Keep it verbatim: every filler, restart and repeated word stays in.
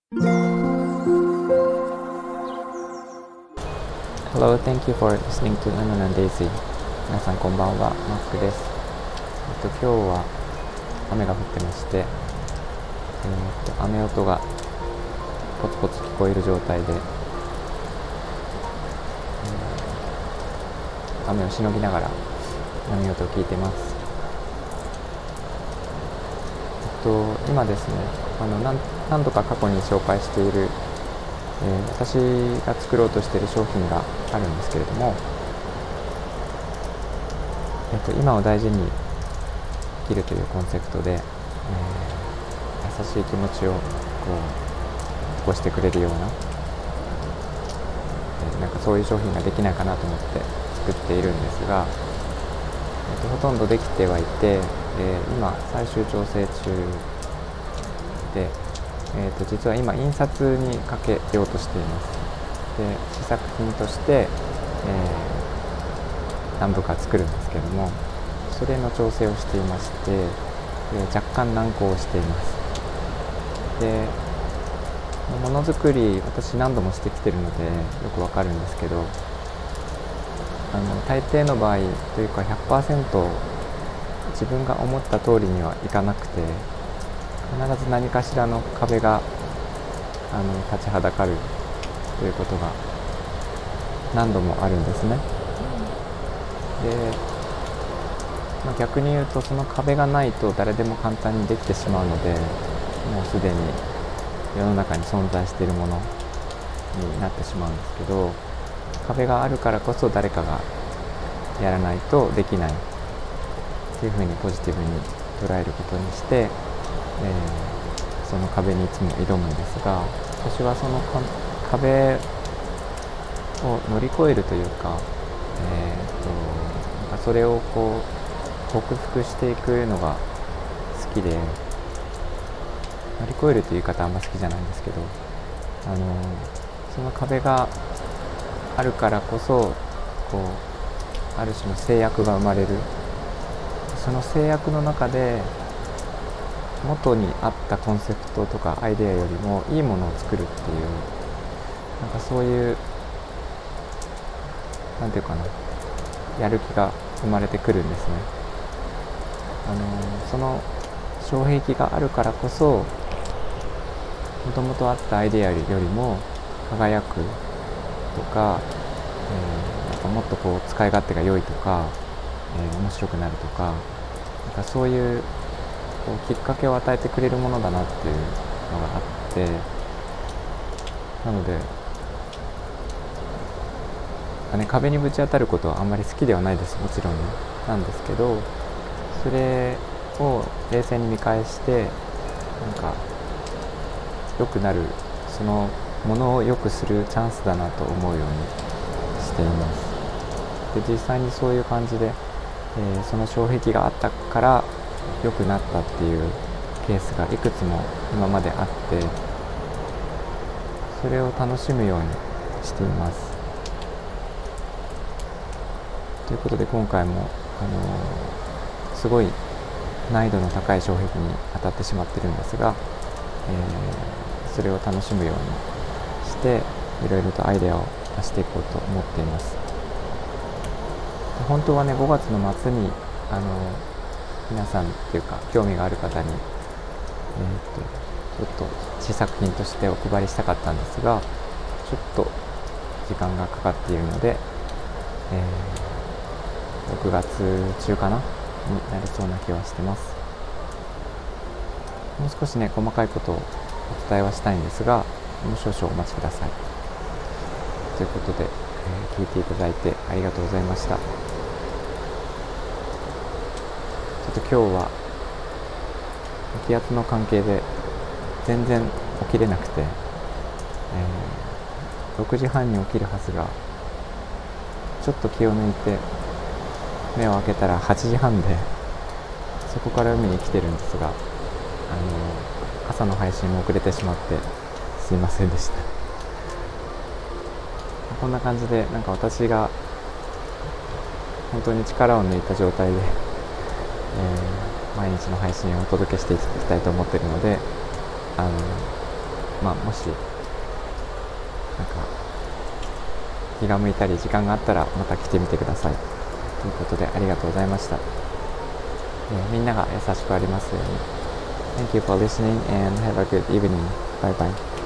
Hello, thank you for listening to Unknown and Daisy. 皆さんこんばんは、マックです。えっと、今日は雨が降ってまして、えっと、雨音がポツポツ聞こえる状態で、えー、雨をしのぎながら波音を聞いてます。えっと、今ですね、あの 何, 何度か過去に紹介している、えー、私が作ろうとしている商品があるんですけれども、えっと、今を大事に生きるというコンセプトで、えー、優しい気持ちをこう起こしてくれるような、えー、なんかそういう商品ができないかなと思って作っているんですが、えっと、ほとんどできてはいて、えー、今最終調整中で、えー、と実は今印刷にかけようとしています。で、試作品として、えー、何部か作るんですけども、それの調整をしていまして、えー、若干難航しています。で、ものづくり私何度もしてきてるのでよくわかるんですけど、あの大抵の場合というか ひゃくパーセント 自分が思った通りにはいかなくて、必ず何かしらの壁があの立ちはだかるということが何度もあるんですね。で、まあ、逆に言うとその壁がないと誰でも簡単にできてしまうので、もうすでに世の中に存在しているものになってしまうんですけど、壁があるからこそ誰かがやらないとできないというふうにポジティブに捉えることにして、えー、その壁にいつも挑むんですが、私はその壁を乗り越えるというか、えー、となんかそれをこう克服していくのが好きで、乗り越えるという言い方はあんま好きじゃないんですけど、あのその壁があるからこそこうある種の制約が生まれる。その制約の中で元にあったコンセプトとかアイデアよりもいいものを作るっていう、なんかそういうなんていうかな、やる気が生まれてくるんですね。あのその障壁があるからこそ、もともとあったアイデアよりも輝くとか、えー、なんかもっとこう使い勝手が良いとか、えー、面白くなるとか、なんかそういうこうきっかけを与えてくれるものだなっていうのがあって、なので、ね、壁にぶち当たることはあんまり好きではないです、もちろんね、なんですけど、それを冷静に見返して、なんか良くなる、そのものを良くするチャンスだなと思うようにしています。で、実際にそういう感じで、えー、その障壁があったから良くなったっていうケースがいくつも今まであって、それを楽しむようにしています。ということで、今回も、あのー、すごい難易度の高い障壁に当たってしまってるんですが、えー、それを楽しむようにしていろいろとアイデアを出していこうと思っています。本当はね、ごがつの末に、あのー、皆さんっていうか興味がある方に、えー、とちょっと試作品としてお配りしたかったんですが、ちょっと時間がかかっているので、えー、ろくがつ中かなになりそうな気はしてます。もう少しね、細かいことをお伝えはしたいんですが、もう少々お待ちください。ということで、えー、聞いていただいてありがとうございました。ちょっと今日は気圧の関係で全然起きれなくて、えー、ろくじはんに起きるはずが、ちょっと気を抜いて目を開けたらはちじはんで、そこから海に来てるんですが、あの朝の配信も遅れてしまってすいませんでした。こんな感じで、なんか私が本当に力を抜いた状態で、えー、毎日の配信をお届けしていきたいと思っているので、あのまあ、もしなんか気が向いたり時間があったらまた来てみてください。ということでありがとうございました。えー、みんなが優しくありますように。Thank you for listening and have a good evening. Bye bye.